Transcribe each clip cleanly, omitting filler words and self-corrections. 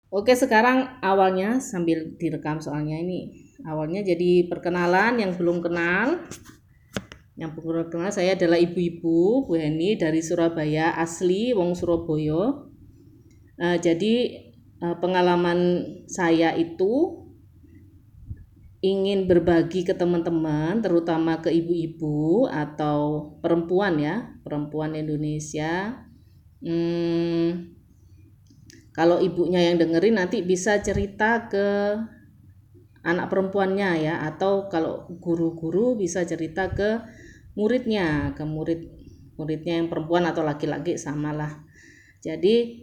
Oke, sekarang awalnya sambil direkam soalnya ini. Awalnya jadi perkenalan yang belum kenal. Yang belum kenal, saya adalah ibu-ibu Bu Heni dari Surabaya, asli wong Surabaya. Jadi pengalaman saya itu ingin berbagi ke teman-teman, terutama ke ibu-ibu atau perempuan ya, perempuan Indonesia. Kalau ibunya yang dengerin nanti bisa cerita ke anak perempuannya ya, atau kalau guru-guru bisa cerita ke muridnya, ke muridnya yang perempuan atau laki-laki samalah. Jadi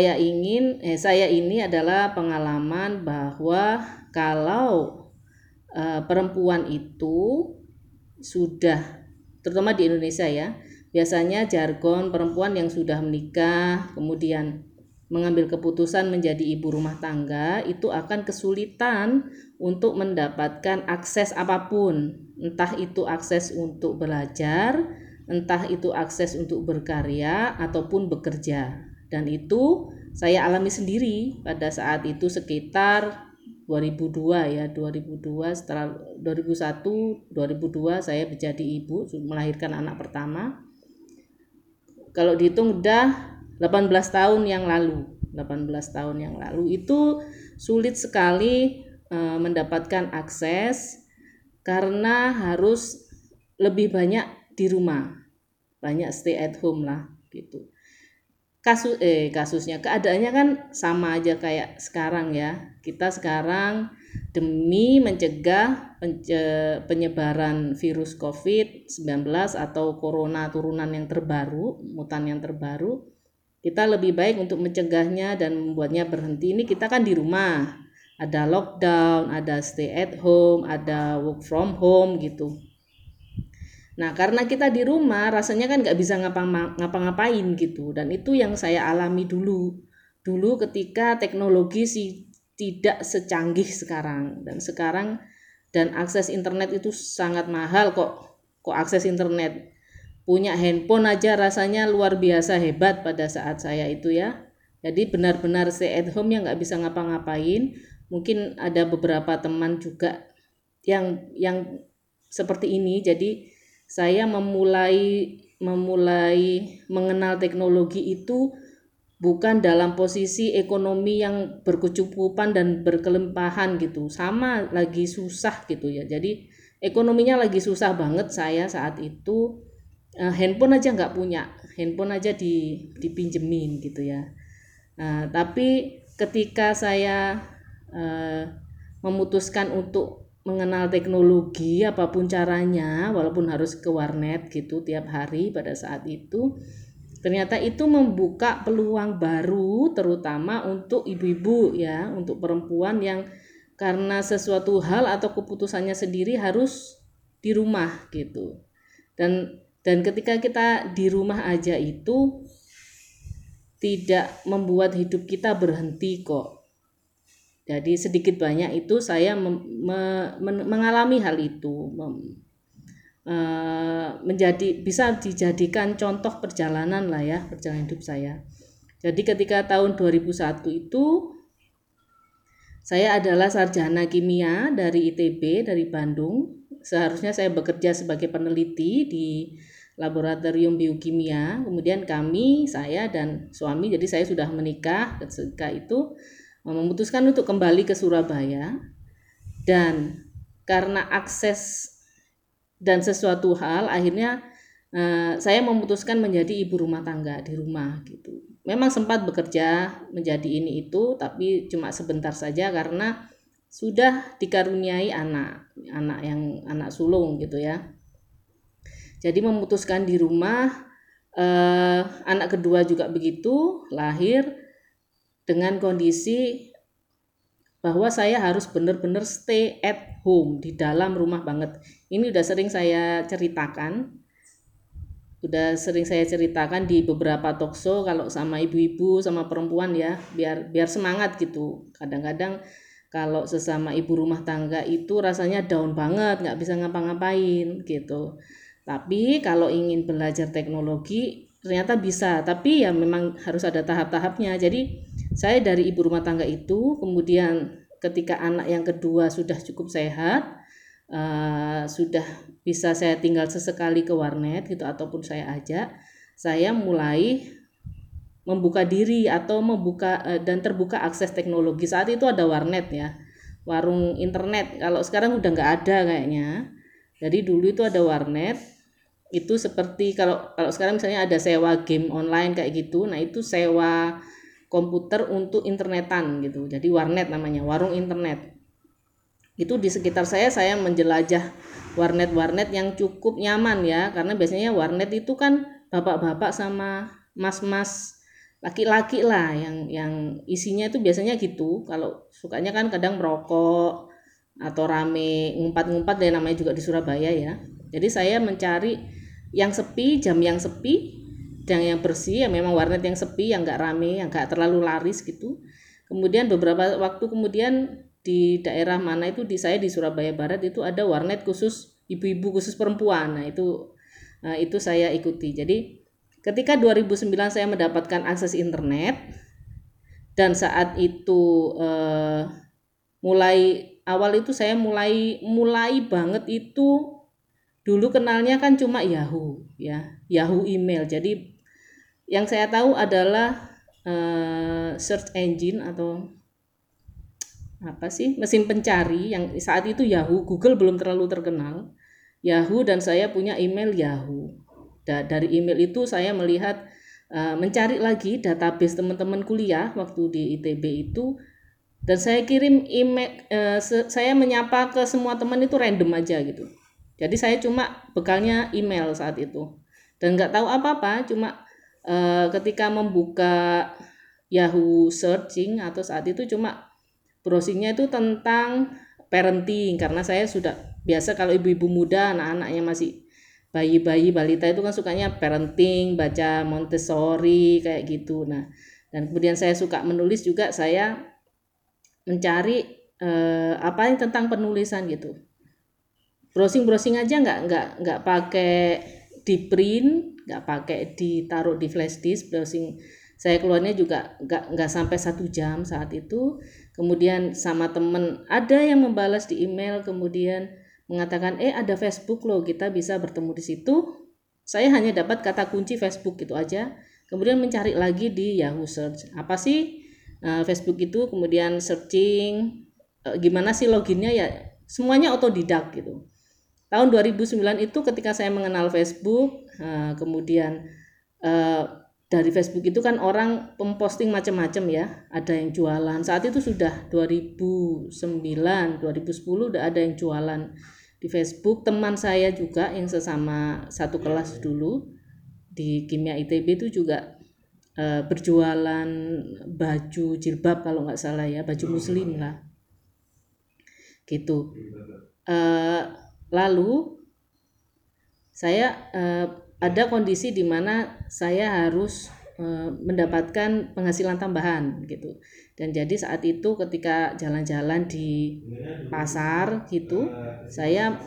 saya ini adalah pengalaman bahwa kalau perempuan itu sudah, terutama di Indonesia ya, biasanya jargon perempuan yang sudah menikah kemudian mengambil keputusan menjadi ibu rumah tangga itu akan kesulitan untuk mendapatkan akses apapun, entah itu akses untuk belajar, entah itu akses untuk berkarya ataupun bekerja. Dan itu saya alami sendiri pada saat itu sekitar 2002 ya, 2002, setelah 2001 2002 saya menjadi ibu, melahirkan anak pertama. Kalau dihitung udah 18 tahun yang lalu. 18 tahun yang lalu itu sulit sekali mendapatkan akses karena harus lebih banyak di rumah. Banyak stay at home lah gitu. Kasusnya keadaannya kan sama aja kayak sekarang ya. Kita sekarang demi mencegah penyebaran virus COVID-19 atau corona turunan yang terbaru, mutan yang terbaru, kita lebih baik untuk mencegahnya dan membuatnya berhenti. Ini kita kan di rumah, ada lockdown, ada stay at home, ada work from home gitu. Nah, karena kita di rumah rasanya kan nggak bisa ngapa-ngapain gitu. Dan itu yang saya alami dulu. Dulu ketika teknologi tidak secanggih sekarang. Dan akses internet itu sangat mahal kok. Kok akses internet. Punya handphone aja rasanya luar biasa hebat pada saat saya itu ya. Jadi benar-benar stay at home yang nggak bisa ngapa-ngapain. Mungkin ada beberapa teman juga yang seperti ini. Jadi saya memulai mengenal teknologi itu bukan dalam posisi ekonomi yang berkecukupan dan berkelimpahan gitu, sama lagi susah gitu ya. Jadi ekonominya lagi susah banget saya saat itu, handphone aja nggak punya, handphone aja dipinjemin gitu ya. Tapi ketika saya memutuskan untuk mengenal teknologi apapun caranya, walaupun harus ke warnet gitu tiap hari pada saat itu, ternyata itu membuka peluang baru terutama untuk ibu-ibu ya, untuk perempuan yang karena sesuatu hal atau keputusannya sendiri harus di rumah gitu. Dan ketika kita di rumah aja itu tidak membuat hidup kita berhenti kok. Jadi sedikit banyak itu saya mengalami hal itu, bisa dijadikan contoh perjalanan lah ya, perjalanan hidup saya. Jadi ketika tahun 2001 itu saya adalah sarjana kimia dari ITB, dari Bandung. Seharusnya saya bekerja sebagai peneliti di laboratorium biokimia. Kemudian saya dan suami, jadi saya sudah menikah ketika itu, memutuskan untuk kembali ke Surabaya. Dan karena akses dan sesuatu hal akhirnya saya memutuskan menjadi ibu rumah tangga di rumah gitu. Memang sempat bekerja menjadi ini itu, tapi cuma sebentar saja karena sudah dikaruniai anak sulung gitu ya. Jadi memutuskan di rumah. Anak kedua juga begitu, lahir dengan kondisi bahwa saya harus benar-benar stay at home di dalam rumah banget. Ini udah sering saya ceritakan di beberapa talkshow kalau sama ibu-ibu sama perempuan ya, biar semangat gitu. Kadang-kadang kalau sesama ibu rumah tangga itu rasanya down banget, nggak bisa ngapa-ngapain gitu. Tapi kalau ingin belajar teknologi ternyata bisa, tapi ya memang harus ada tahap-tahapnya. Jadi saya dari ibu rumah tangga itu, kemudian ketika anak yang kedua sudah cukup sehat, sudah bisa saya tinggal sesekali ke warnet gitu ataupun saya ajak, saya mulai membuka diri atau membuka dan terbuka akses teknologi. Saat itu ada warnet ya, warung internet. Kalau sekarang udah nggak ada kayaknya. Jadi dulu itu ada warnet. Itu seperti kalau sekarang misalnya ada sewa game online kayak gitu. Nah, itu sewa komputer untuk internetan gitu. Jadi warnet namanya, warung internet. Itu di sekitar saya menjelajah warnet-warnet yang cukup nyaman ya, karena biasanya warnet itu kan bapak-bapak sama mas-mas laki-laki lah yang isinya itu biasanya gitu. Kalau sukanya kan kadang merokok atau rame ngumpat-ngumpat deh, namanya juga di Surabaya ya. Jadi saya mencari yang sepi, jam yang sepi, dan yang bersih, yang memang warnet yang sepi, yang nggak rame, yang nggak terlalu laris gitu. Kemudian beberapa waktu kemudian di daerah mana itu saya di Surabaya Barat itu ada warnet khusus ibu-ibu, khusus perempuan. Nah, itu saya ikuti. Jadi ketika 2009 saya mendapatkan akses internet, dan saat itu mulai awal itu saya mulai banget itu dulu kenalnya kan cuma Yahoo ya, Yahoo email. Jadi yang saya tahu adalah search engine atau apa sih, mesin pencari yang saat itu Yahoo, Google belum terlalu terkenal. Yahoo, dan saya punya email Yahoo. Dari email itu saya melihat mencari lagi database teman-teman kuliah waktu di ITB itu, dan saya kirim email, saya menyapa ke semua teman itu random aja gitu. Jadi saya cuma bekalnya email saat itu dan nggak tahu apa-apa, cuma ketika membuka Yahoo searching atau saat itu cuma browsingnya itu tentang parenting, karena saya sudah biasa kalau ibu-ibu muda anak-anaknya masih bayi-bayi balita itu kan sukanya parenting, baca Montessori kayak gitu. Nah, dan kemudian saya suka menulis juga, saya mencari apa yang tentang penulisan gitu. Browsing aja, nggak pakai di print, nggak pakai ditaruh di flash disk. Browsing saya keluarnya juga nggak sampai 1 jam saat itu. Kemudian sama temen ada yang membalas di email, kemudian mengatakan ada Facebook loh, kita bisa bertemu di situ. Saya hanya dapat kata kunci Facebook gitu aja, kemudian mencari lagi di Yahoo Search apa sih Facebook itu, kemudian searching gimana sih loginnya, ya semuanya otodidak gitu. Tahun 2009 itu ketika saya mengenal Facebook, kemudian dari Facebook itu kan orang memposting macam-macam ya, ada yang jualan. Saat itu sudah 2009, 2010 udah ada yang jualan di Facebook. Teman saya juga yang sesama satu kelas dulu di Kimia ITB itu juga berjualan baju jilbab kalau nggak salah ya, baju muslim lah gitu. Lalu saya ada kondisi di mana saya harus mendapatkan penghasilan tambahan gitu, dan jadi saat itu ketika jalan-jalan di pasar gitu, saya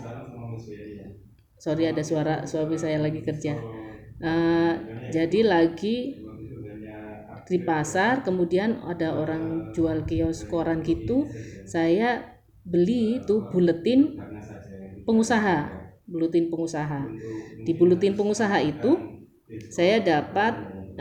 ada suami saya lagi kerja, jadi lagi di pasar, kemudian ada orang jual kios koran gitu, saya beli itu buletin pengusaha. Di buletin pengusaha itu saya dapat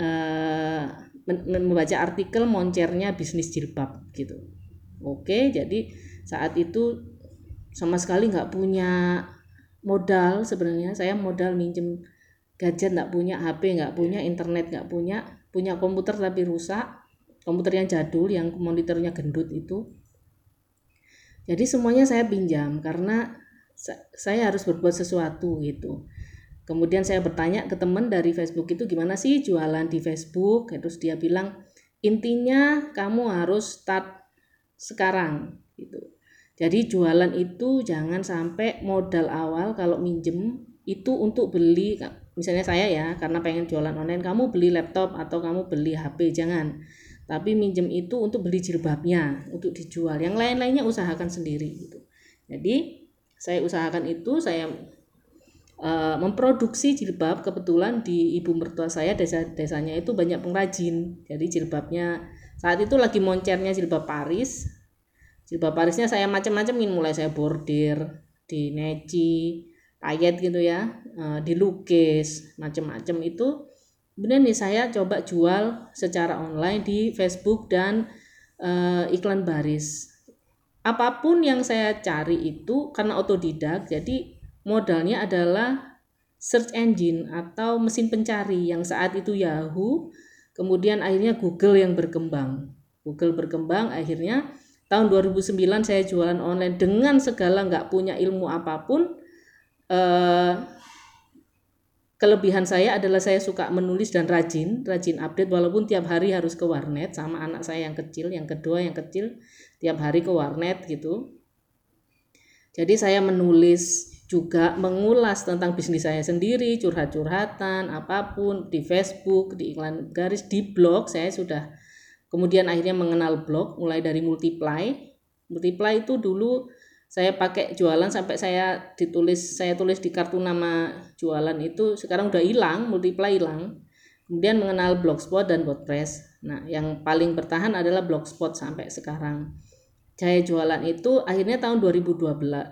membaca artikel moncernya bisnis jilbab gitu. Oke, jadi saat itu sama sekali nggak punya modal. Sebenarnya saya modal minjem gadget nggak punya, HP nggak punya, internet nggak punya komputer tapi rusak, komputer yang jadul yang monitornya gendut itu. Jadi semuanya saya pinjam karena saya harus berbuat sesuatu gitu. Kemudian saya bertanya ke teman dari Facebook itu, gimana sih jualan di Facebook? Terus dia bilang, intinya kamu harus start sekarang gitu. Jadi jualan itu jangan sampai modal awal kalau minjem itu untuk beli, misalnya saya ya karena pengen jualan online, kamu beli laptop atau kamu beli HP, jangan. Tapi minjem itu untuk beli jilbabnya, untuk dijual. Yang lain-lainnya usahakan sendiri gitu. Jadi saya usahakan itu, saya memproduksi jilbab. Kebetulan di ibu mertua saya desanya itu banyak pengrajin, jadi jilbabnya saat itu lagi moncernya jilbab Paris. Jilbab Parisnya saya macam-macamin, mulai saya bordir, dineci, payet gitu ya, dilukis, macam-macam itu. Kemudian nih saya coba jual secara online di Facebook dan iklan baris. Apapun yang saya cari itu karena otodidak, jadi modalnya adalah search engine atau mesin pencari yang saat itu Yahoo, kemudian akhirnya Google yang berkembang. Google berkembang, akhirnya tahun 2009 saya jualan online dengan segala nggak punya ilmu apapun. Kelebihan saya adalah saya suka menulis dan rajin update, walaupun tiap hari harus ke warnet sama anak saya yang kecil, yang kedua yang kecil tiap hari ke warnet gitu. Jadi saya menulis juga, mengulas tentang bisnis saya sendiri, curhat-curhatan apapun di Facebook, di iklan garis, di blog. Saya sudah kemudian akhirnya mengenal blog mulai dari Multiply. Multiply itu dulu saya pakai jualan sampai saya tulis di kartu nama jualan itu, sekarang udah hilang, Multiply hilang. Kemudian mengenal Blogspot dan WordPress. Nah, yang paling bertahan adalah Blogspot sampai sekarang. Saya jualan itu akhirnya tahun 2013.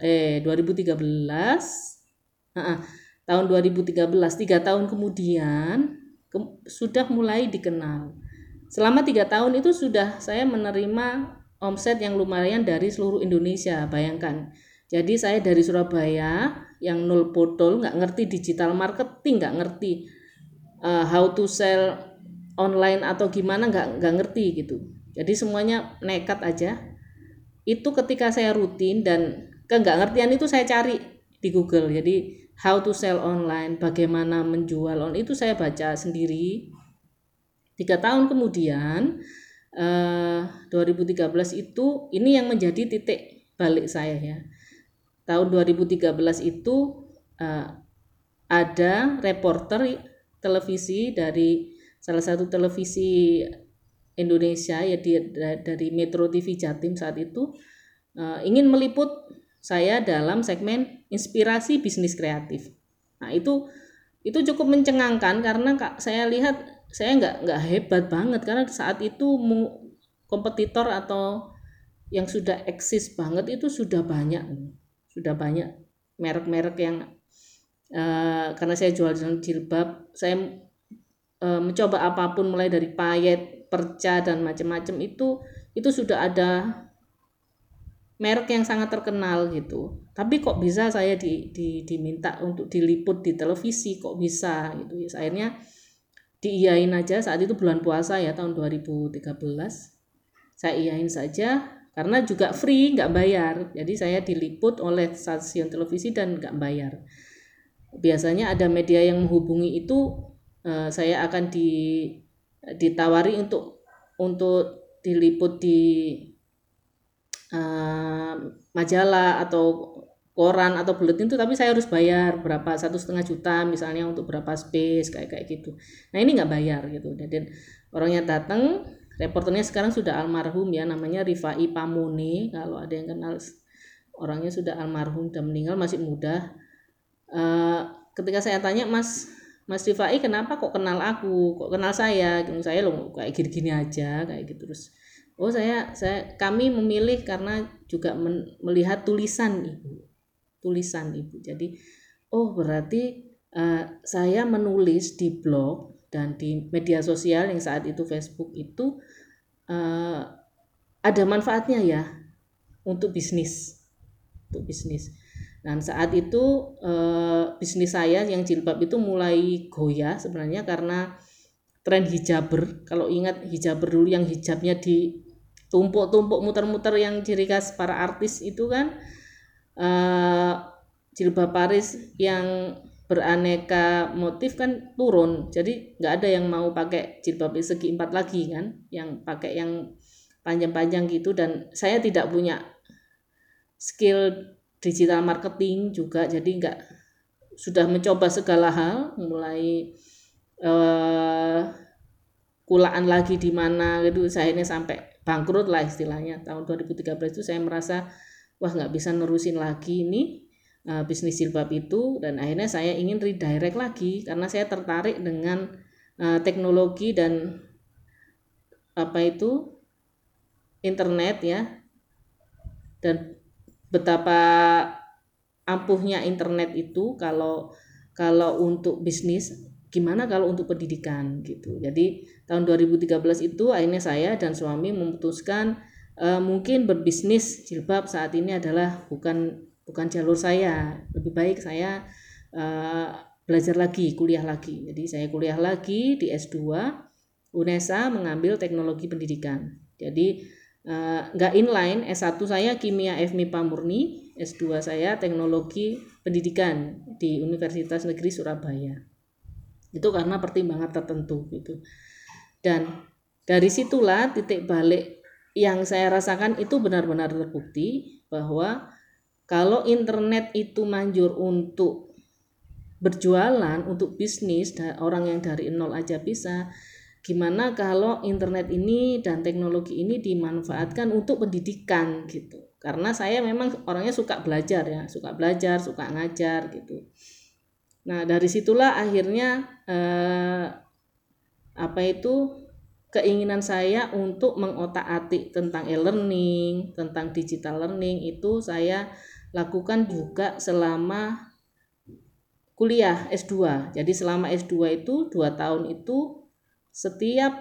Tahun 2013, 3 tahun kemudian sudah mulai dikenal. Selama 3 tahun itu sudah saya menerima omset yang lumayan dari seluruh Indonesia, bayangkan. Jadi saya dari Surabaya yang nol botol, nggak ngerti digital marketing, nggak ngerti how to sell online atau gimana, nggak ngerti gitu. Jadi semuanya nekat aja. Itu ketika saya rutin dan nggak ngertian itu saya cari di Google. Jadi how to sell online, bagaimana menjual online, itu saya baca sendiri. 3 tahun kemudian 2013 itu ini yang menjadi titik balik saya ya. Tahun 2013 itu ada reporter televisi dari salah satu televisi Indonesia ya, dari Metro TV Jatim saat itu, ingin meliput saya dalam segmen inspirasi bisnis kreatif. Nah itu cukup mencengangkan karena saya lihat saya nggak hebat banget, karena saat itu kompetitor atau yang sudah eksis banget itu sudah banyak merek-merek yang karena saya jual jilbab, saya mencoba apapun mulai dari payet, perca dan macam-macam itu sudah ada merek yang sangat terkenal gitu. Tapi kok bisa saya diminta untuk diliput di televisi, kok bisa gitu ya. Akhirnya diiyain aja, saat itu bulan puasa ya tahun 2013. Saya iyain saja karena juga free, nggak bayar. Jadi saya diliput oleh stasiun televisi dan nggak bayar. Biasanya ada media yang menghubungi itu, saya akan ditawari untuk diliput di majalah atau koran atau buletin itu, tapi saya harus bayar berapa, 1,5 juta misalnya untuk berapa space kayak gitu. Nah ini nggak bayar gitu. Dan orangnya datang, reporternya sekarang sudah almarhum ya, namanya Rifai Pamone, kalau ada yang kenal. Orangnya sudah almarhum dan meninggal, masih muda. Ketika saya tanya, Mas Rifai kenapa kok kenal aku, kok kenal saya loh kayak gini-gini aja kayak gitu. Terus kami memilih karena juga melihat tulisan ibu. Jadi berarti saya menulis di blog dan di media sosial yang saat itu Facebook itu ada manfaatnya ya untuk bisnis. Dan saat itu bisnis saya yang jilbab itu mulai goyah sebenarnya karena tren hijaber. Kalau ingat hijaber dulu yang hijabnya ditumpuk-tumpuk muter-muter yang ciri khas para artis itu kan, jilbab Paris yang beraneka motif kan turun. Jadi nggak ada yang mau pakai jilbab segi 4 lagi kan, yang pakai yang panjang-panjang gitu. Dan saya tidak punya skill digital marketing juga, jadi sudah mencoba segala hal, mulai kulaan lagi di mana gitu. Saya ini sampai bangkrut lah istilahnya. Tahun 2013 itu saya merasa wah nggak bisa nerusin lagi ini. bisnis jilbab itu, dan akhirnya saya ingin redirect lagi karena saya tertarik dengan teknologi dan internet ya, dan betapa ampuhnya internet itu kalau untuk bisnis, gimana kalau untuk pendidikan gitu. Jadi tahun 2013 itu akhirnya saya dan suami memutuskan mungkin berbisnis jilbab saat ini adalah bukan jalur saya. Lebih baik saya belajar lagi, kuliah lagi. Jadi saya kuliah lagi di S2 UNESA mengambil teknologi pendidikan. Jadi nggak inline, S1 saya kimia FMIPA murni, S2 saya teknologi pendidikan di Universitas Negeri Surabaya. Itu karena pertimbangan tertentu gitu. Dan dari situlah titik balik yang saya rasakan itu benar-benar terbukti bahwa kalau internet itu manjur untuk berjualan, untuk bisnis, orang yang dari nol aja bisa, gimana kalau internet ini dan teknologi ini dimanfaatkan untuk pendidikan gitu. Karena saya memang orangnya suka belajar ya, suka ngajar gitu. Nah dari situlah akhirnya keinginan saya untuk mengotak-atik tentang e-learning, tentang digital learning itu saya lakukan juga selama kuliah S2. Jadi selama S2 itu 2 tahun itu setiap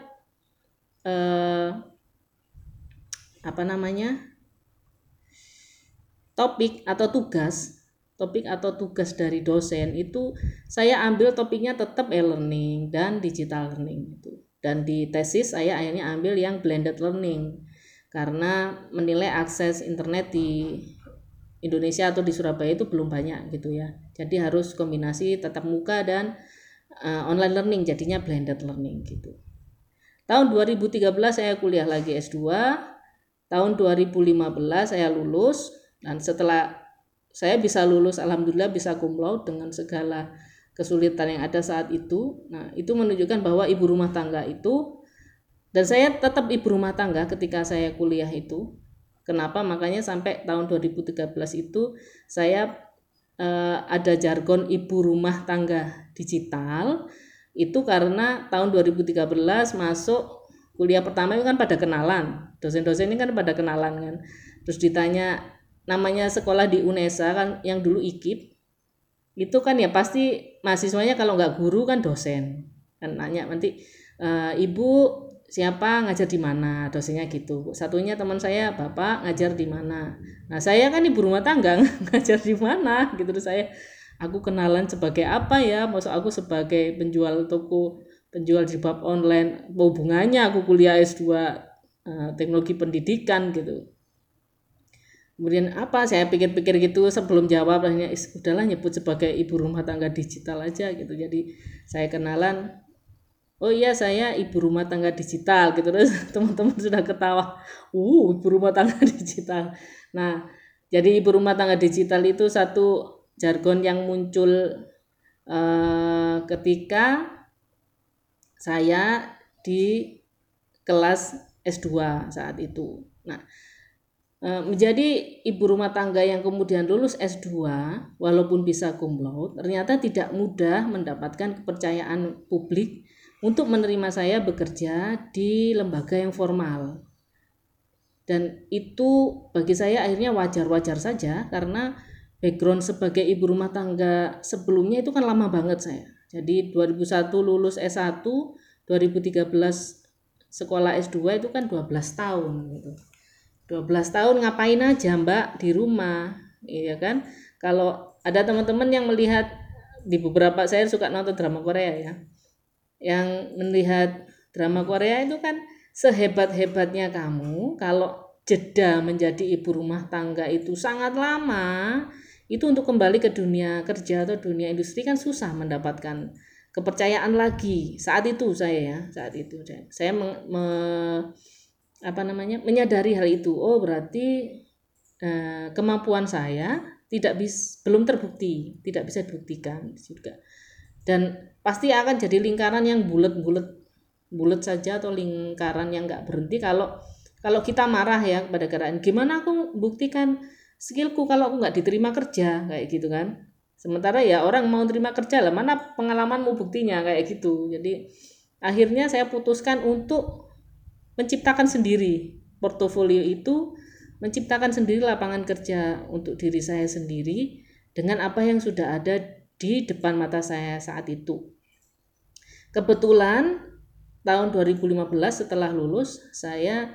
topik atau tugas dari dosen itu saya ambil topiknya tetap e-learning dan digital learning itu. Dan di tesis saya akhirnya ambil yang blended learning karena menilai akses internet di Indonesia atau di Surabaya itu belum banyak gitu ya. Jadi harus kombinasi tatap muka dan online learning, jadinya blended learning gitu. Tahun 2013 saya kuliah lagi S2. Tahun 2015 saya lulus, dan setelah saya bisa lulus alhamdulillah bisa cum laude dengan segala kesulitan yang ada saat itu. Nah, itu menunjukkan bahwa ibu rumah tangga itu, dan saya tetap ibu rumah tangga ketika saya kuliah itu. Kenapa? Makanya sampai tahun 2013 itu saya ada jargon ibu rumah tangga digital. Itu karena tahun 2013 masuk kuliah pertama itu kan pada kenalan, dosen-dosen ini kan pada kenalan kan. Terus ditanya namanya sekolah di UNESA kan yang dulu IKIP, itu kan ya pasti mahasiswanya kalau nggak guru kan dosen. Kan nanya nanti ibu siapa ngajar di mana, dosennya gitu. Satunya teman saya, bapak ngajar di mana. Nah saya kan ibu rumah tangga ngajar di mana gitu. Terus aku kenalan sebagai apa ya, maksud aku sebagai penjual toko, penjual jilbab online, hubungannya aku kuliah S2 teknologi pendidikan gitu. Kemudian apa, saya pikir-pikir gitu sebelum jawab, akhirnya udahlah nyebut sebagai ibu rumah tangga digital aja gitu. Jadi saya kenalan, oh iya saya ibu rumah tangga digital gitu. Terus teman-teman sudah ketawa, ibu rumah tangga digital. Nah jadi ibu rumah tangga digital itu satu jargon yang muncul ketika saya di kelas S2 saat itu. Nah menjadi ibu rumah tangga yang kemudian lulus S2 walaupun bisa cum laude, ternyata tidak mudah mendapatkan kepercayaan publik untuk menerima saya bekerja di lembaga yang formal. Dan itu bagi saya akhirnya wajar-wajar saja karena background sebagai ibu rumah tangga sebelumnya itu kan lama banget saya. Jadi 2001 lulus S1, 2013 sekolah S2 itu kan 12 tahun gitu. 12 tahun ngapain aja Mbak di rumah, iya kan? Kalau ada teman-teman yang melihat di beberapa, saya suka nonton drama Korea ya, yang melihat drama Korea itu kan sehebat-hebatnya kamu, kalau jeda menjadi ibu rumah tangga itu sangat lama, itu untuk kembali ke dunia kerja atau dunia industri kan susah mendapatkan kepercayaan lagi. Saat itu saya menyadari hal itu. Oh berarti kemampuan saya belum terbukti, tidak bisa dibuktikan juga. Dan pasti akan jadi lingkaran yang bulat saja, atau lingkaran yang nggak berhenti kalau kita marah ya kepada keadaan. Gimana aku buktikan skillku kalau aku nggak diterima kerja kayak gitu kan. Sementara ya orang mau terima kerja lah, mana pengalamanmu buktinya kayak gitu. Jadi akhirnya saya putuskan untuk menciptakan sendiri portofolio itu, menciptakan sendiri lapangan kerja untuk diri saya sendiri dengan apa yang sudah ada di depan mata saya saat itu. Kebetulan tahun 2015 setelah lulus saya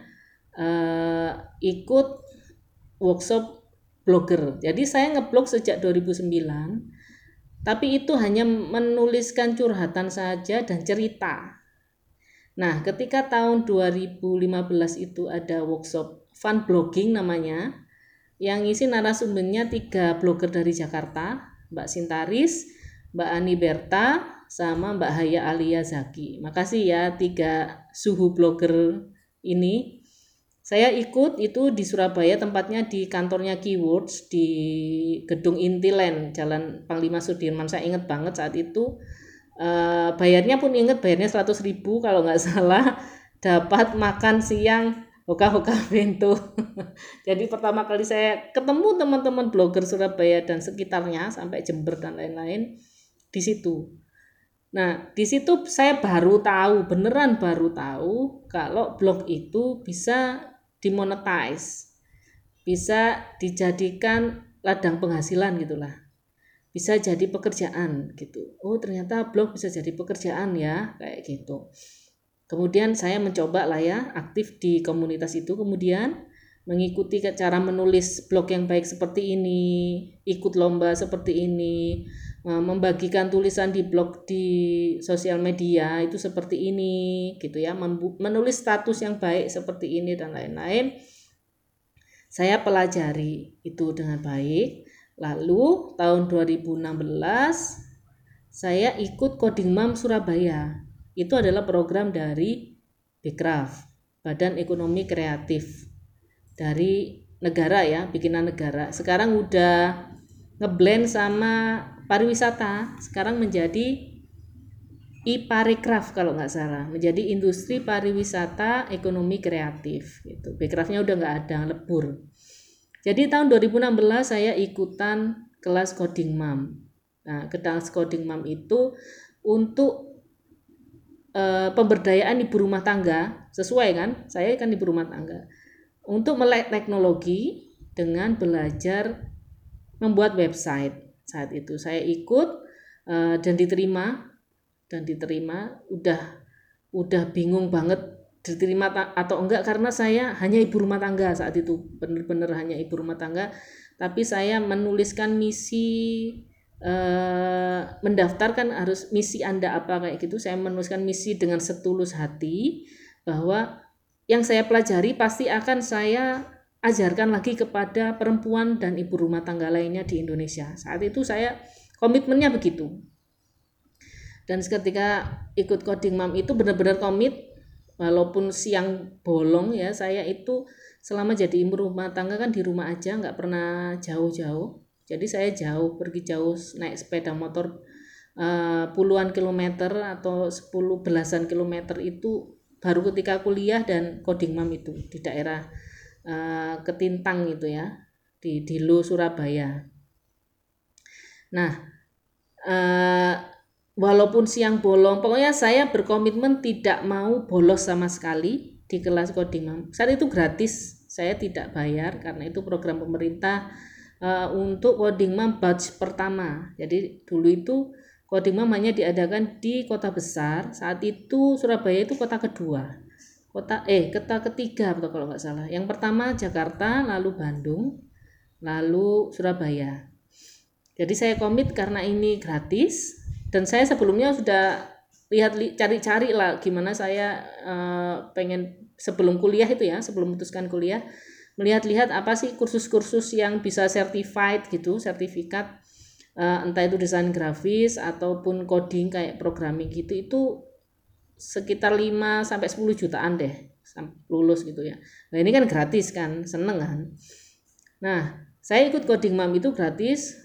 ikut workshop blogger. Jadi saya ngeblog sejak 2009, tapi itu hanya menuliskan curhatan saja dan cerita. Nah, ketika tahun 2015 itu ada workshop fun blogging namanya, yang ngisi narasumbernya 3 blogger dari Jakarta, Mbak Sintaris, Mbak Ani Berta, sama Mbak Haya Alia Zaki. Makasih ya 3 suhu blogger ini. Saya ikut itu di Surabaya, tempatnya di kantornya Keywords di Gedung Intiland, Jalan Panglima Sudirman. Saya ingat banget saat itu. Bayarnya pun ingat, bayarnya 100.000 kalau nggak salah. Dapat makan siang hoka-hoka bento. Jadi pertama kali saya ketemu teman-teman blogger Surabaya dan sekitarnya sampai Jember dan lain-lain di situ. Nah, di situ saya baru tahu, beneran baru tahu kalau blog itu bisa dimonetize, bisa dijadikan ladang penghasilan gitulah, bisa jadi pekerjaan gitu. Oh, ternyata blog bisa jadi pekerjaan ya, kayak gitu. Kemudian saya mencoba lah ya, aktif di komunitas itu, kemudian mengikuti cara menulis blog yang baik seperti ini, ikut lomba seperti ini, membagikan tulisan di blog di sosial media itu seperti ini gitu ya, menulis status yang baik seperti ini dan lain-lain. Saya pelajari itu dengan baik. Lalu tahun 2016 saya ikut Coding Mom Surabaya. Itu adalah program dari Bekraf, Badan Ekonomi Kreatif dari negara ya, bikinan negara. Sekarang udah ngeblend sama pariwisata, sekarang menjadi iParekraf kalau nggak salah, menjadi industri pariwisata ekonomi kreatif gitu. Bekrafnya udah nggak ada, lebur. Jadi tahun 2016 saya ikutan kelas Coding Mom. Nah, kelas Coding Mom itu untuk pemberdayaan ibu rumah tangga, sesuai kan? Saya kan ibu rumah tangga. Untuk melek teknologi dengan belajar membuat website. Saat itu saya ikut dan diterima, udah bingung banget diterima atau enggak, karena saya hanya ibu rumah tangga saat itu, benar-benar hanya ibu rumah tangga. Tapi saya menuliskan misi, mendaftarkan harus misi Anda apa kayak gitu. Saya menuliskan misi dengan setulus hati bahwa yang saya pelajari pasti akan saya ajarkan lagi kepada perempuan dan ibu rumah tangga lainnya di Indonesia. Saat itu saya komitmennya begitu. Dan ketika ikut Coding Mom itu benar-benar komit, walaupun siang bolong ya, saya itu selama jadi ibu rumah tangga kan di rumah aja, nggak pernah jauh-jauh. Jadi saya pergi jauh naik sepeda motor puluhan kilometer atau 10 belasan kilometer itu baru ketika kuliah dan Coding Mom itu di daerah Ketintang itu ya, di Dilo Surabaya. Nah, walaupun siang bolong, pokoknya saya berkomitmen tidak mau bolos sama sekali di kelas Coding Mom. Saat itu gratis, saya tidak bayar karena itu program pemerintah untuk Coding Mom batch pertama. Jadi dulu itu Coding Mom hanya diadakan di kota besar. Saat itu Surabaya itu kota kedua, kota ketiga atau kalau nggak salah. Yang pertama Jakarta, lalu Bandung, lalu Surabaya. Jadi saya komit karena ini gratis, dan saya sebelumnya sudah cari-cari lah gimana saya pengen sebelum kuliah itu ya, sebelum memutuskan kuliah, melihat-lihat apa sih kursus-kursus yang bisa certified gitu, sertifikat entah itu desain grafis ataupun coding kayak programming gitu, itu sekitar 5 sampai 10 jutaan deh lulus gitu ya. Nah, ini kan gratis kan, seneng kan. Nah, saya ikut Coding Mom itu gratis.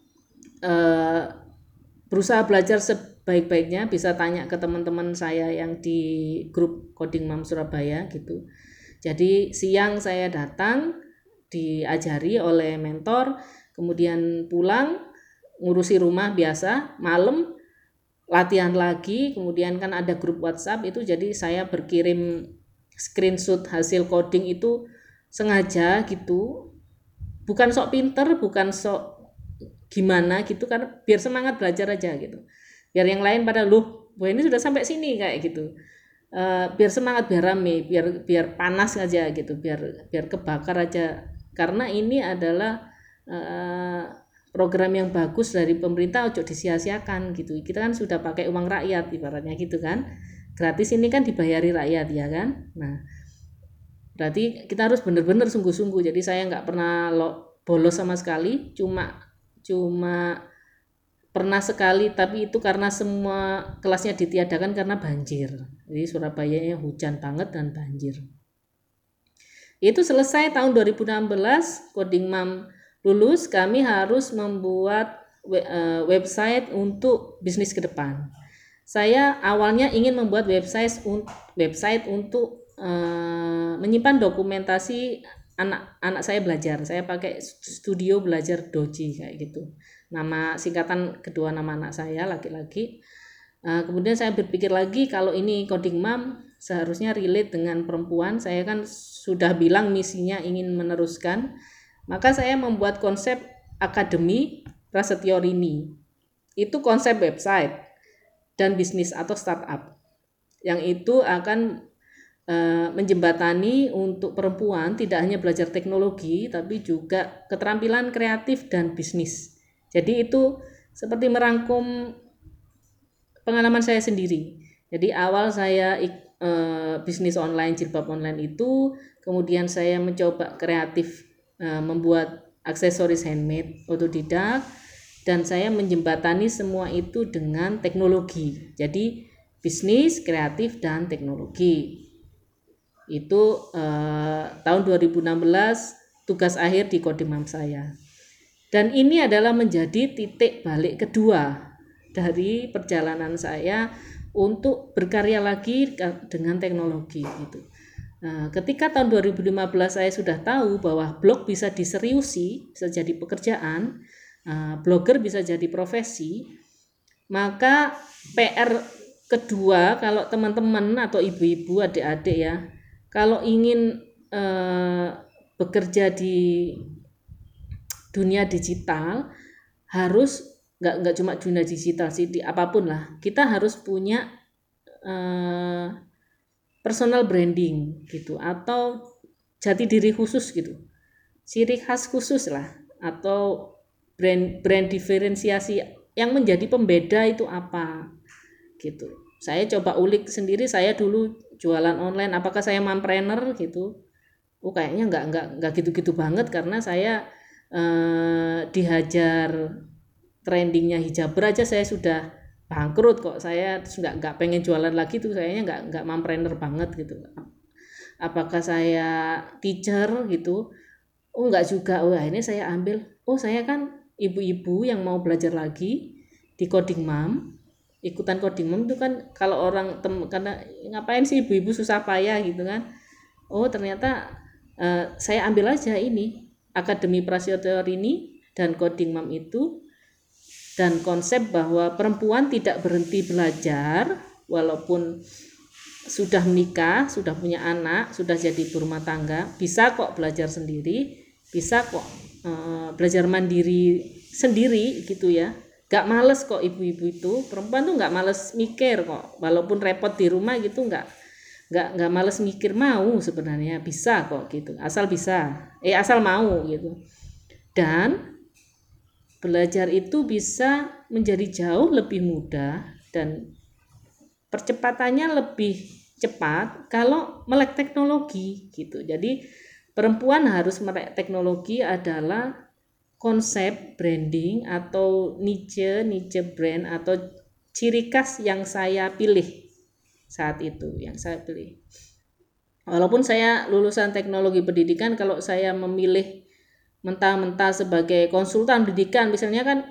Berusaha belajar sebaik-baiknya, bisa tanya ke teman-teman saya yang di grup Coding Mom Surabaya gitu. Jadi siang saya datang, diajari oleh mentor, kemudian pulang ngurusi rumah biasa, malam latihan lagi, kemudian kan ada grup WhatsApp itu, jadi saya berkirim screenshot hasil coding itu sengaja gitu, bukan sok pinter, bukan sok gimana gitu, karena biar semangat belajar aja gitu, biar yang lain pada loh, wah ini sudah sampai sini kayak gitu. Biar semangat, biar rame, biar panas aja gitu, biar kebakar aja, karena ini adalah program yang bagus dari pemerintah, ojo disia-siakan gitu. Kita kan sudah pakai uang rakyat ibaratnya gitu kan, gratis ini kan dibayari rakyat ya kan. Nah berarti kita harus benar-benar sungguh-sungguh. Jadi saya nggak pernah bolos sama sekali, cuma pernah sekali, tapi itu karena semua kelasnya ditiadakan karena banjir. Jadi Surabaya hujan banget dan banjir. Itu selesai tahun 2016, Coding Mom lulus, kami harus membuat website untuk bisnis ke depan. Saya awalnya ingin membuat website untuk menyimpan dokumentasi anak saya belajar. Saya pakai Studio Belajar Doji kayak gitu. Nama singkatan kedua nama anak saya laki-laki. Kemudian saya berpikir lagi, kalau ini Coding Mom seharusnya relate dengan perempuan. Saya kan sudah bilang misinya ingin meneruskan. Maka saya membuat konsep Akademi Prasetyo Rini. Itu konsep website dan bisnis atau startup yang itu akan menjembatani untuk perempuan tidak hanya belajar teknologi tapi juga keterampilan kreatif dan bisnis. Jadi itu seperti merangkum pengalaman saya sendiri. Jadi awal saya bisnis online, jilbab online itu, kemudian saya mencoba kreatif, membuat aksesoris handmade otodidak, dan saya menjembatani semua itu dengan teknologi. Jadi bisnis, kreatif, dan teknologi. Itu tahun 2016 tugas akhir di Coding Mom saya. Dan ini adalah menjadi titik balik kedua dari perjalanan saya untuk berkarya lagi dengan teknologi gitu. Nah, ketika tahun 2015 saya sudah tahu bahwa blog bisa diseriusi, bisa jadi pekerjaan, blogger bisa jadi profesi, maka PR kedua kalau teman-teman atau ibu-ibu, adik-adik ya, kalau ingin bekerja di dunia digital, harus nggak cuma dunia digital sih, di apapun lah, kita harus punya personal branding gitu, atau jati diri khusus gitu, ciri khas khusus lah, atau brand diferensiasi yang menjadi pembeda itu apa gitu. Saya coba ulik sendiri, saya dulu jualan online, apakah saya mompreneur gitu? Oh kayaknya nggak gitu-gitu banget, karena saya dihajar trendingnya hijaber aja saya sudah bangkrut kok. Saya nggak pengen jualan lagi tuh, kayaknya nggak mompreneur banget gitu. Apakah saya teacher gitu? Oh nggak juga. Oh ini saya ambil, oh saya kan ibu-ibu yang mau belajar lagi di Coding Mom. Ikutan Coding Mom itu kan kalau orang karena ngapain sih ibu-ibu susah payah gitu kan. Oh ternyata saya ambil aja ini Akademi Prasetyo Rini dan Coding Mom itu, dan konsep bahwa perempuan tidak berhenti belajar walaupun sudah menikah, sudah punya anak, sudah jadi ibu rumah tangga, bisa kok belajar sendiri, bisa kok belajar mandiri sendiri gitu ya. Gak males kok ibu-ibu itu, perempuan tuh gak males mikir kok, walaupun repot di rumah gitu, gak males mikir, mau sebenarnya bisa kok gitu, asal mau gitu. Dan belajar itu bisa menjadi jauh lebih mudah dan percepatannya lebih cepat kalau melek teknologi gitu. Jadi perempuan harus melek teknologi adalah konsep branding atau niche brand atau ciri khas yang saya pilih saat itu, yang saya pilih. Walaupun saya lulusan teknologi pendidikan, kalau saya memilih mentah-mentah sebagai konsultan pendidikan misalnya kan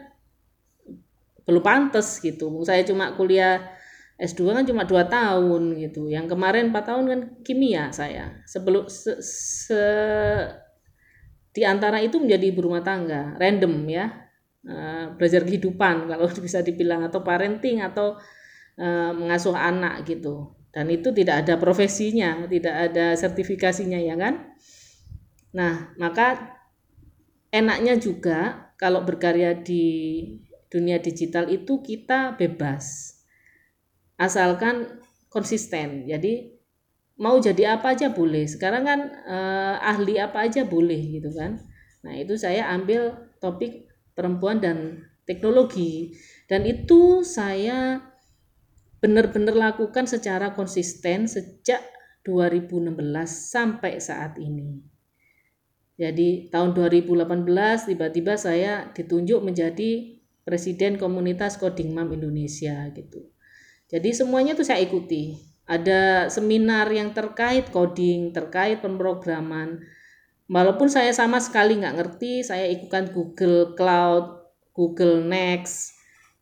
belum pantas gitu. Saya cuma kuliah S2 kan cuma 2 tahun gitu. Yang kemarin 4 tahun kan kimia saya. di antara itu menjadi ibu rumah tangga, random ya, belajar kehidupan kalau bisa dibilang, atau parenting, atau mengasuh anak gitu. Dan itu tidak ada profesinya, tidak ada sertifikasinya ya kan. Nah, maka enaknya juga kalau berkarya di dunia digital itu kita bebas, asalkan konsisten. Jadi mau jadi apa aja boleh. Sekarang kan ahli apa aja boleh gitu kan. Nah, itu saya ambil topik perempuan dan teknologi, dan itu saya benar-benar lakukan secara konsisten sejak 2016 sampai saat ini. Jadi tahun 2018 tiba-tiba saya ditunjuk menjadi Presiden Komunitas Coding Mom Indonesia gitu. Jadi semuanya tuh saya ikuti. Ada seminar yang terkait coding, terkait pemrograman. Walaupun saya sama sekali nggak ngerti, saya ikutkan Google Cloud, Google Next,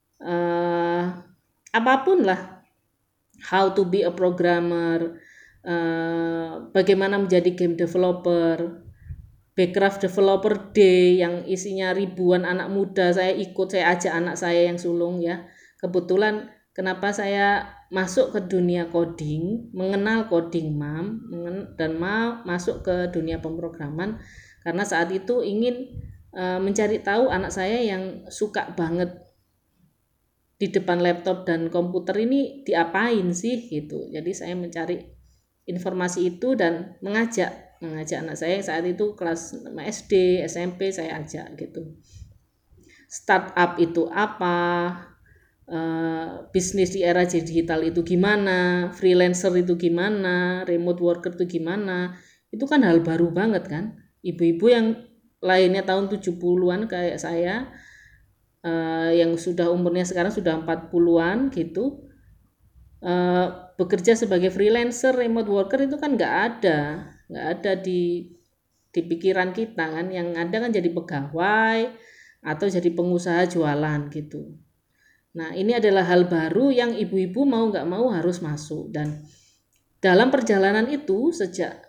apapun lah. How to be a programmer, bagaimana menjadi game developer, Backcraft Developer Day yang isinya ribuan anak muda, saya ikut, saya ajak anak saya yang sulung ya. Kebetulan kenapa saya masuk ke dunia coding, mengenal coding mom, dan mau masuk ke dunia pemrograman karena saat itu ingin mencari tahu anak saya yang suka banget di depan laptop dan komputer ini diapain sih gitu. Jadi saya mencari informasi itu dan mengajak anak saya yang saat itu kelas SD, SMP, saya ajak gitu. Startup itu apa, bisnis di era digital itu gimana, freelancer itu gimana, remote worker itu gimana. Itu kan hal baru banget kan. Ibu-ibu yang lainnya tahun 70-an kayak saya, yang sudah umurnya sekarang sudah 40-an gitu, bekerja sebagai freelancer, remote worker itu kan nggak ada di pikiran kita kan. Yang ada kan jadi pegawai atau jadi pengusaha jualan gitu. Nah, ini adalah hal baru yang ibu-ibu mau nggak mau harus masuk. Dan dalam perjalanan itu sejak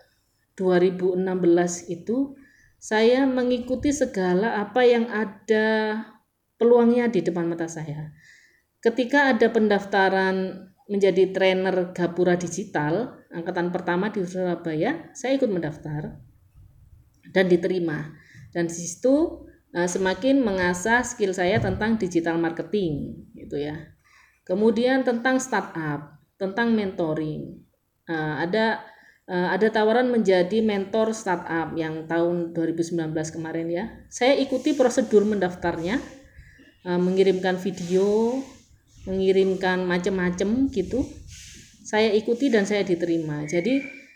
2016 itu saya mengikuti segala apa yang ada peluangnya di depan mata saya. Ketika ada pendaftaran menjadi trainer Gapura Digital angkatan pertama di Surabaya, saya ikut mendaftar dan diterima. Dan di situ semakin mengasah skill saya tentang digital marketing gitu ya. Kemudian tentang startup, tentang mentoring. Ada tawaran menjadi mentor startup yang tahun 2019 kemarin ya. Saya ikuti prosedur mendaftarnya, mengirimkan video, mengirimkan macam-macam gitu. Saya ikuti dan saya diterima. Jadi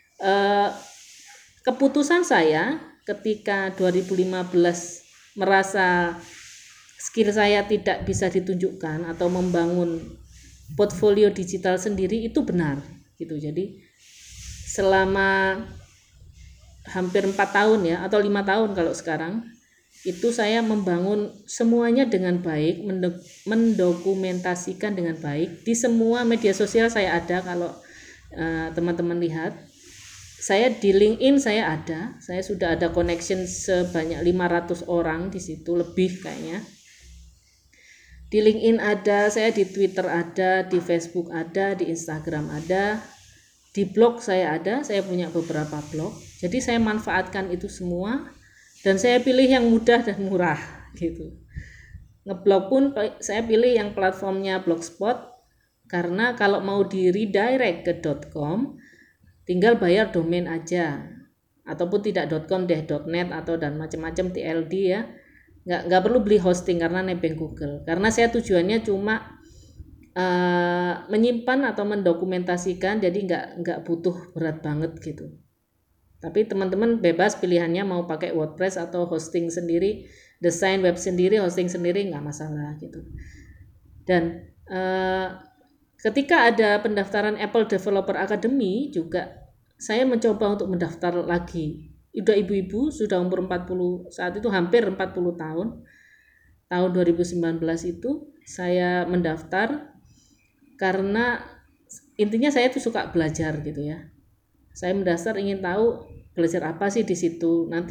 keputusan saya ketika 2015 merasa skill saya tidak bisa ditunjukkan atau membangun portfolio digital sendiri itu benar gitu. Jadi selama hampir 4 tahun ya, atau 5 tahun kalau sekarang, itu saya membangun semuanya dengan baik, mendokumentasikan dengan baik. Di semua media sosial saya ada, kalau teman-teman lihat. Saya di LinkedIn saya ada, saya sudah ada connection sebanyak 500 orang di situ, lebih kayaknya. Di LinkedIn ada, saya di Twitter ada, di Facebook ada, di Instagram ada, di blog saya ada, saya punya beberapa blog. Jadi saya manfaatkan itu semua dan saya pilih yang mudah dan murah gitu. Ngeblog pun saya pilih yang platformnya Blogspot, karena kalau mau di redirect ke .com tinggal bayar domain aja, ataupun tidak .com deh, .net atau dan macam-macam TLD ya. Nggak perlu beli hosting karena nebeng Google. Karena saya tujuannya cuma menyimpan atau mendokumentasikan, jadi nggak butuh berat banget gitu. Tapi teman-teman bebas pilihannya mau pakai WordPress atau hosting sendiri, desain web sendiri, hosting sendiri, nggak masalah gitu. Dan ketika ada pendaftaran Apple Developer Academy juga saya mencoba untuk mendaftar lagi. Udah ibu-ibu, sudah umur 40, saat itu hampir 40 tahun. Tahun 2019 itu saya mendaftar karena intinya saya tuh suka belajar gitu ya. Saya mendaftar ingin tahu belajar apa sih di situ. Nanti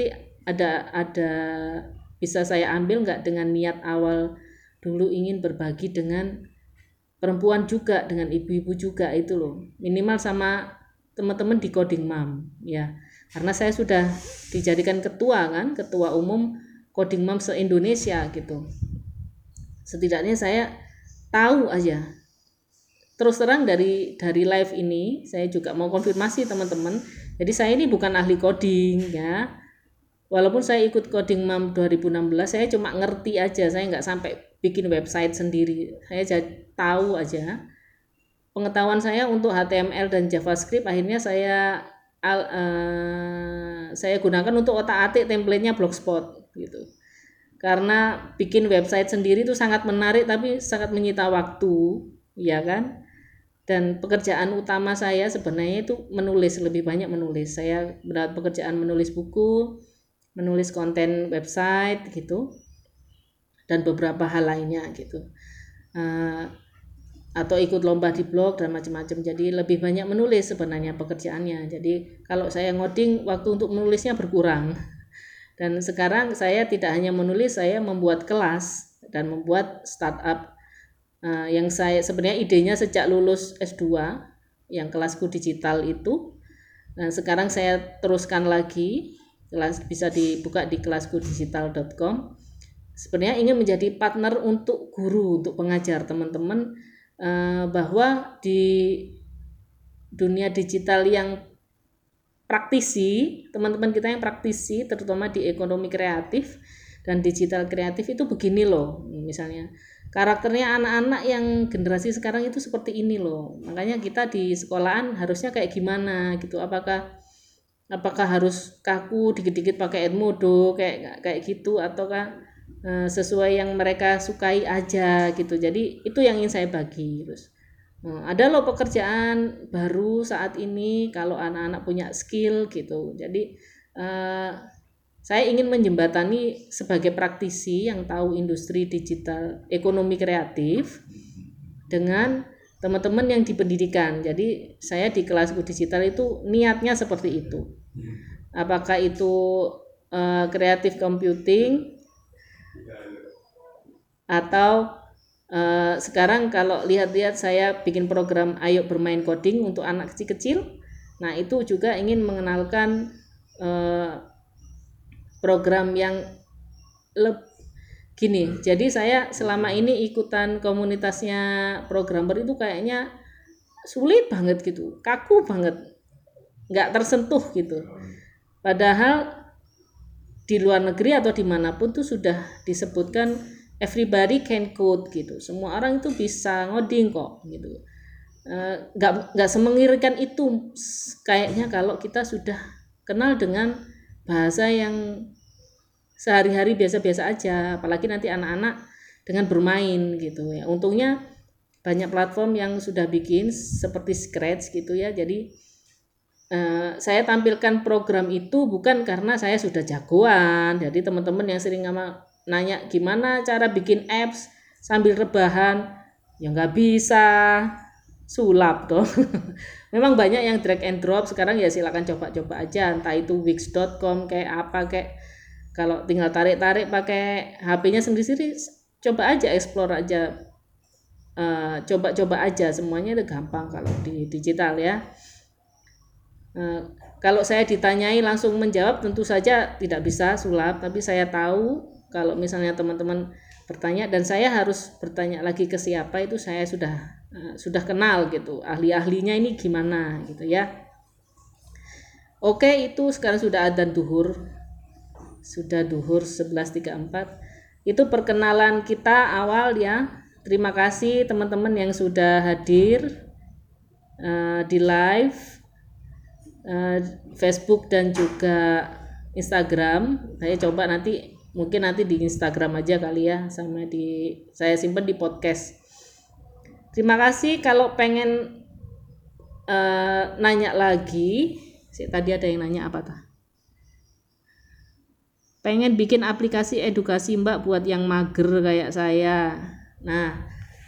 ada bisa saya ambil nggak dengan niat awal dulu ingin berbagi dengan perempuan juga, dengan ibu-ibu juga itu loh, minimal sama teman-teman di Coding Mom ya, karena saya sudah dijadikan ketua umum Coding Mom se-Indonesia gitu. Setidaknya saya tahu aja. Terus terang dari live ini saya juga mau konfirmasi teman-teman. Jadi saya ini bukan ahli coding ya. Walaupun saya ikut Coding Mom 2016, saya cuma ngerti aja, saya nggak sampai bikin website sendiri. Saya tahu aja. Pengetahuan saya untuk HTML dan JavaScript akhirnya saya gunakan untuk otak-atik template-nya Blogspot gitu. Karena bikin website sendiri itu sangat menarik tapi sangat menyita waktu, ya kan? Dan pekerjaan utama saya sebenarnya itu menulis, lebih banyak menulis. Saya berat pekerjaan menulis buku, menulis konten website gitu, dan beberapa hal lainnya gitu, atau ikut lomba di blog dan macam-macam. Jadi lebih banyak menulis sebenarnya pekerjaannya. Jadi kalau saya ngoding, waktu untuk menulisnya berkurang. Dan sekarang saya tidak hanya menulis, saya membuat kelas dan membuat startup yang saya sebenarnya idenya sejak lulus S2 yang kelasku digital itu. Nah, sekarang saya teruskan lagi, kelas bisa dibuka di kelaskudigital.com. Sebenarnya ingin menjadi partner untuk guru, untuk pengajar teman-teman, bahwa di dunia digital yang praktisi, teman-teman kita yang praktisi terutama di ekonomi kreatif dan digital kreatif itu begini loh, misalnya karakternya anak-anak yang generasi sekarang itu seperti ini loh, makanya kita di sekolahan harusnya kayak gimana gitu, apakah harus kaku dikit-dikit pakai Edmodo kayak gitu, ataukah sesuai yang mereka sukai aja gitu. Jadi itu yang ingin saya bagi. Terus ada loh pekerjaan baru saat ini kalau anak-anak punya skill gitu. Jadi saya ingin menjembatani sebagai praktisi yang tahu industri digital, ekonomi kreatif dengan teman-teman yang di pendidikan. Jadi saya di kelasku digital itu niatnya seperti itu. Apakah itu creative computing atau sekarang kalau lihat-lihat saya bikin program Ayo Bermain Coding untuk anak kecil-kecil. Nah, itu juga ingin mengenalkan program yang gini. Jadi saya selama ini ikutan komunitasnya programmer itu kayaknya sulit banget gitu, kaku banget, nggak tersentuh gitu. Padahal di luar negeri atau dimanapun tuh sudah disebutkan everybody can code gitu, semua orang itu bisa ngoding kok gitu. Nggak semengerikan itu kayaknya kalau kita sudah kenal dengan bahasa yang sehari-hari biasa-biasa aja, apalagi nanti anak-anak dengan bermain gitu ya. Untungnya banyak platform yang sudah bikin seperti Scratch gitu ya. Jadi saya tampilkan program itu bukan karena saya sudah jagoan. Jadi teman-teman yang sering nanya gimana cara bikin apps sambil rebahan, ya nggak bisa, sulap dong. Memang banyak yang drag and drop sekarang, ya silakan coba-coba aja, entah itu wix.com kayak apa, kayak kalau tinggal tarik-tarik pakai HP-nya sendiri-sendiri, coba aja, explore aja, coba-coba aja, semuanya itu gampang kalau di digital ya. Kalau saya ditanyai langsung menjawab tentu saja tidak bisa sulap, tapi saya tahu kalau misalnya teman-teman bertanya dan saya harus bertanya lagi ke siapa, itu saya sudah kenal gitu, ahli-ahlinya ini gimana gitu ya. Oke, itu sekarang sudah adzan duhur, sudah duhur 11.34. Itu perkenalan kita awal ya. Terima kasih teman-teman yang sudah hadir di live Facebook dan juga Instagram. Saya coba mungkin nanti di Instagram aja kali ya, sama saya simpan di podcast. Terima kasih. Kalau pengen nanya lagi, tadi ada yang nanya apa tah? Pengen bikin aplikasi edukasi Mbak buat yang mager kayak saya. Nah,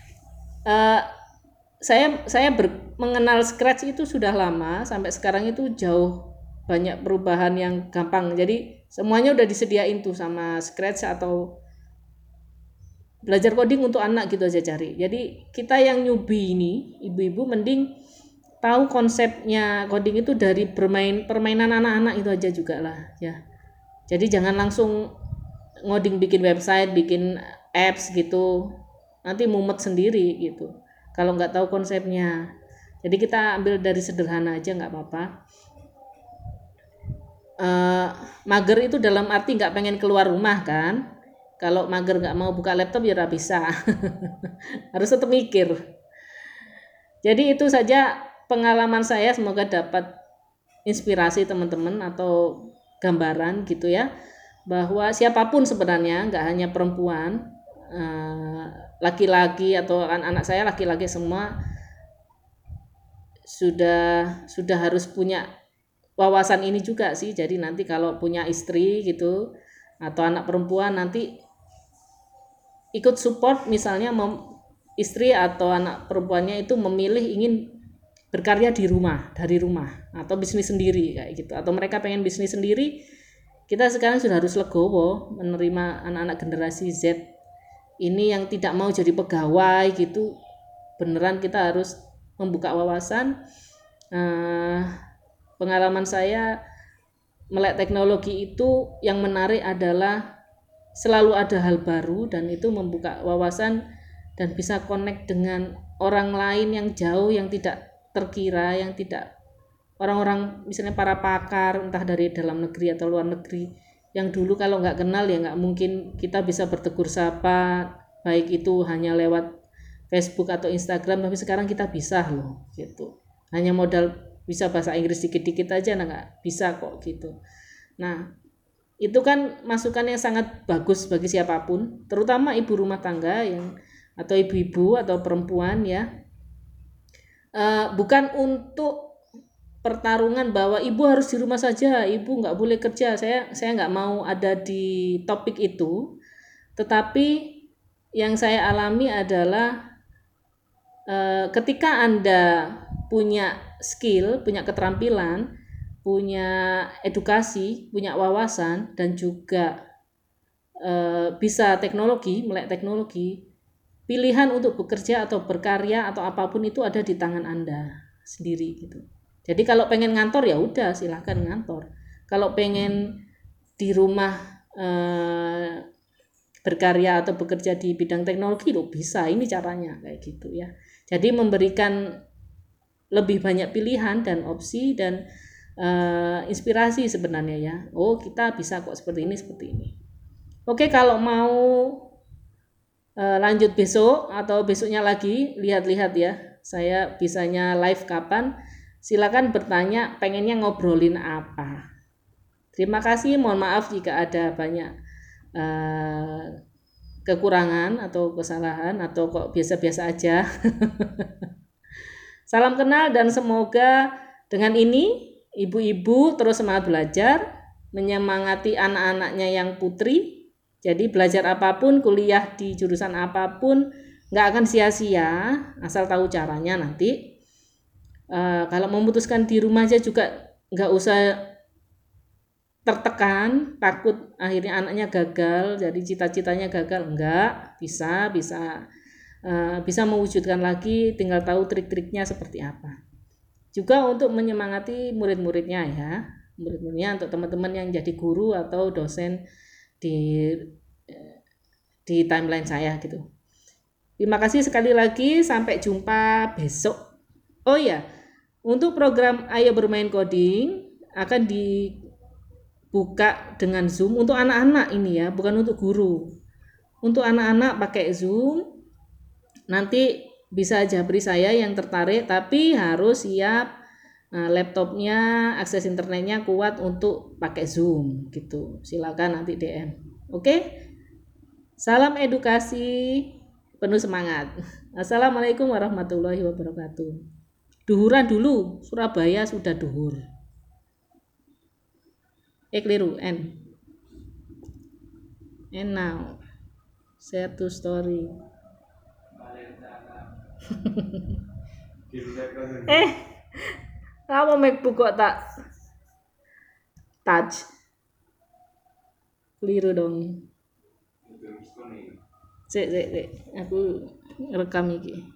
saya mengenal Scratch itu sudah lama, sampai sekarang itu jauh banyak perubahan yang gampang. Jadi Semuanya udah disediain tuh sama Scratch atau belajar coding untuk anak gitu aja cari. Jadi kita yang newbie ini, ibu-ibu mending tahu konsepnya coding itu dari permainan anak-anak itu aja juga lah ya. Jadi jangan langsung ngoding bikin website, bikin apps gitu. Nanti mumet sendiri gitu. Kalau nggak tahu konsepnya. Jadi kita ambil dari sederhana aja nggak apa-apa. Mager itu dalam arti nggak pengen keluar rumah kan. Kalau mager nggak mau buka laptop ya nggak bisa. Harus tetap mikir. Jadi itu saja pengalaman saya, semoga dapat inspirasi teman-teman atau gambaran gitu ya, bahwa siapapun sebenarnya, nggak hanya perempuan, laki-laki atau anak saya laki-laki semua sudah harus punya wawasan ini juga sih. Jadi nanti kalau punya istri gitu atau anak perempuan nanti ikut support, misalnya istri atau anak perempuannya itu memilih ingin berkarya di rumah, dari rumah, atau bisnis sendiri kayak gitu, atau mereka pengen bisnis sendiri. Kita sekarang sudah harus legowo menerima anak-anak generasi Z ini yang tidak mau jadi pegawai gitu. Beneran kita harus membuka wawasan. Pengalaman saya melek teknologi itu yang menarik adalah selalu ada hal baru, dan itu membuka wawasan dan bisa connect dengan orang lain yang jauh, yang tidak terkira, yang tidak orang-orang misalnya para pakar entah dari dalam negeri atau luar negeri, yang dulu kalau nggak kenal ya nggak mungkin kita bisa bertegur sapa, baik itu hanya lewat Facebook atau Instagram, tapi sekarang kita bisa loh gitu, hanya modal bisa bahasa Inggris dikit-dikit aja nggak bisa kok gitu. Nah itu kan masukan yang sangat bagus bagi siapapun, terutama ibu rumah tangga yang atau ibu-ibu atau perempuan ya. Bukan untuk pertarungan bahwa ibu harus di rumah saja, ibu nggak boleh kerja. Saya nggak mau ada di topik itu. Tetapi yang saya alami adalah ketika Anda punya skill, punya keterampilan, punya edukasi, punya wawasan, dan juga bisa teknologi, melek teknologi, pilihan untuk bekerja atau berkarya atau apapun itu ada di tangan Anda sendiri gitu. Jadi kalau pengen ngantor ya udah silahkan ngantor. Kalau pengen di rumah berkarya atau bekerja di bidang teknologi lo bisa, ini caranya kayak gitu ya. Jadi memberikan lebih banyak pilihan dan opsi dan inspirasi sebenarnya ya. Oh kita bisa kok seperti ini. Oke, kalau mau lanjut besok atau besoknya lagi, lihat-lihat ya saya bisanya live kapan. Silakan bertanya pengennya ngobrolin apa. Terima kasih, mohon maaf jika ada banyak kekurangan atau kesalahan atau kok biasa-biasa aja. Salam kenal, dan semoga dengan ini ibu-ibu terus semangat belajar, menyemangati anak-anaknya yang putri. Jadi belajar apapun, kuliah di jurusan apapun nggak akan sia-sia asal tahu caranya nanti. Kalau memutuskan di rumah aja juga nggak usah tertekan, takut akhirnya anaknya gagal, jadi cita-citanya gagal. Enggak, bisa mewujudkan lagi, tinggal tahu trik-triknya seperti apa. Juga untuk menyemangati murid-muridnya ya, murid-muridnya untuk teman-teman yang jadi guru atau dosen di timeline saya gitu. Terima kasih sekali lagi, sampai jumpa besok. Oh ya, untuk program Ayo Bermain Coding akan dibuka dengan Zoom untuk anak-anak ini ya, bukan untuk guru. Untuk anak-anak pakai Zoom. Nanti bisa japri saya yang tertarik, tapi harus siap laptopnya, akses internetnya kuat untuk pakai Zoom gitu. Silakan nanti DM. Oke? Salam edukasi penuh semangat. Assalamualaikum warahmatullahi wabarakatuh. Duhuran dulu, Surabaya sudah duhur. Keliru, N. And now, share to story. Apa MacBook kok tak touch? Keliru dong. Sik, aku rekam iki.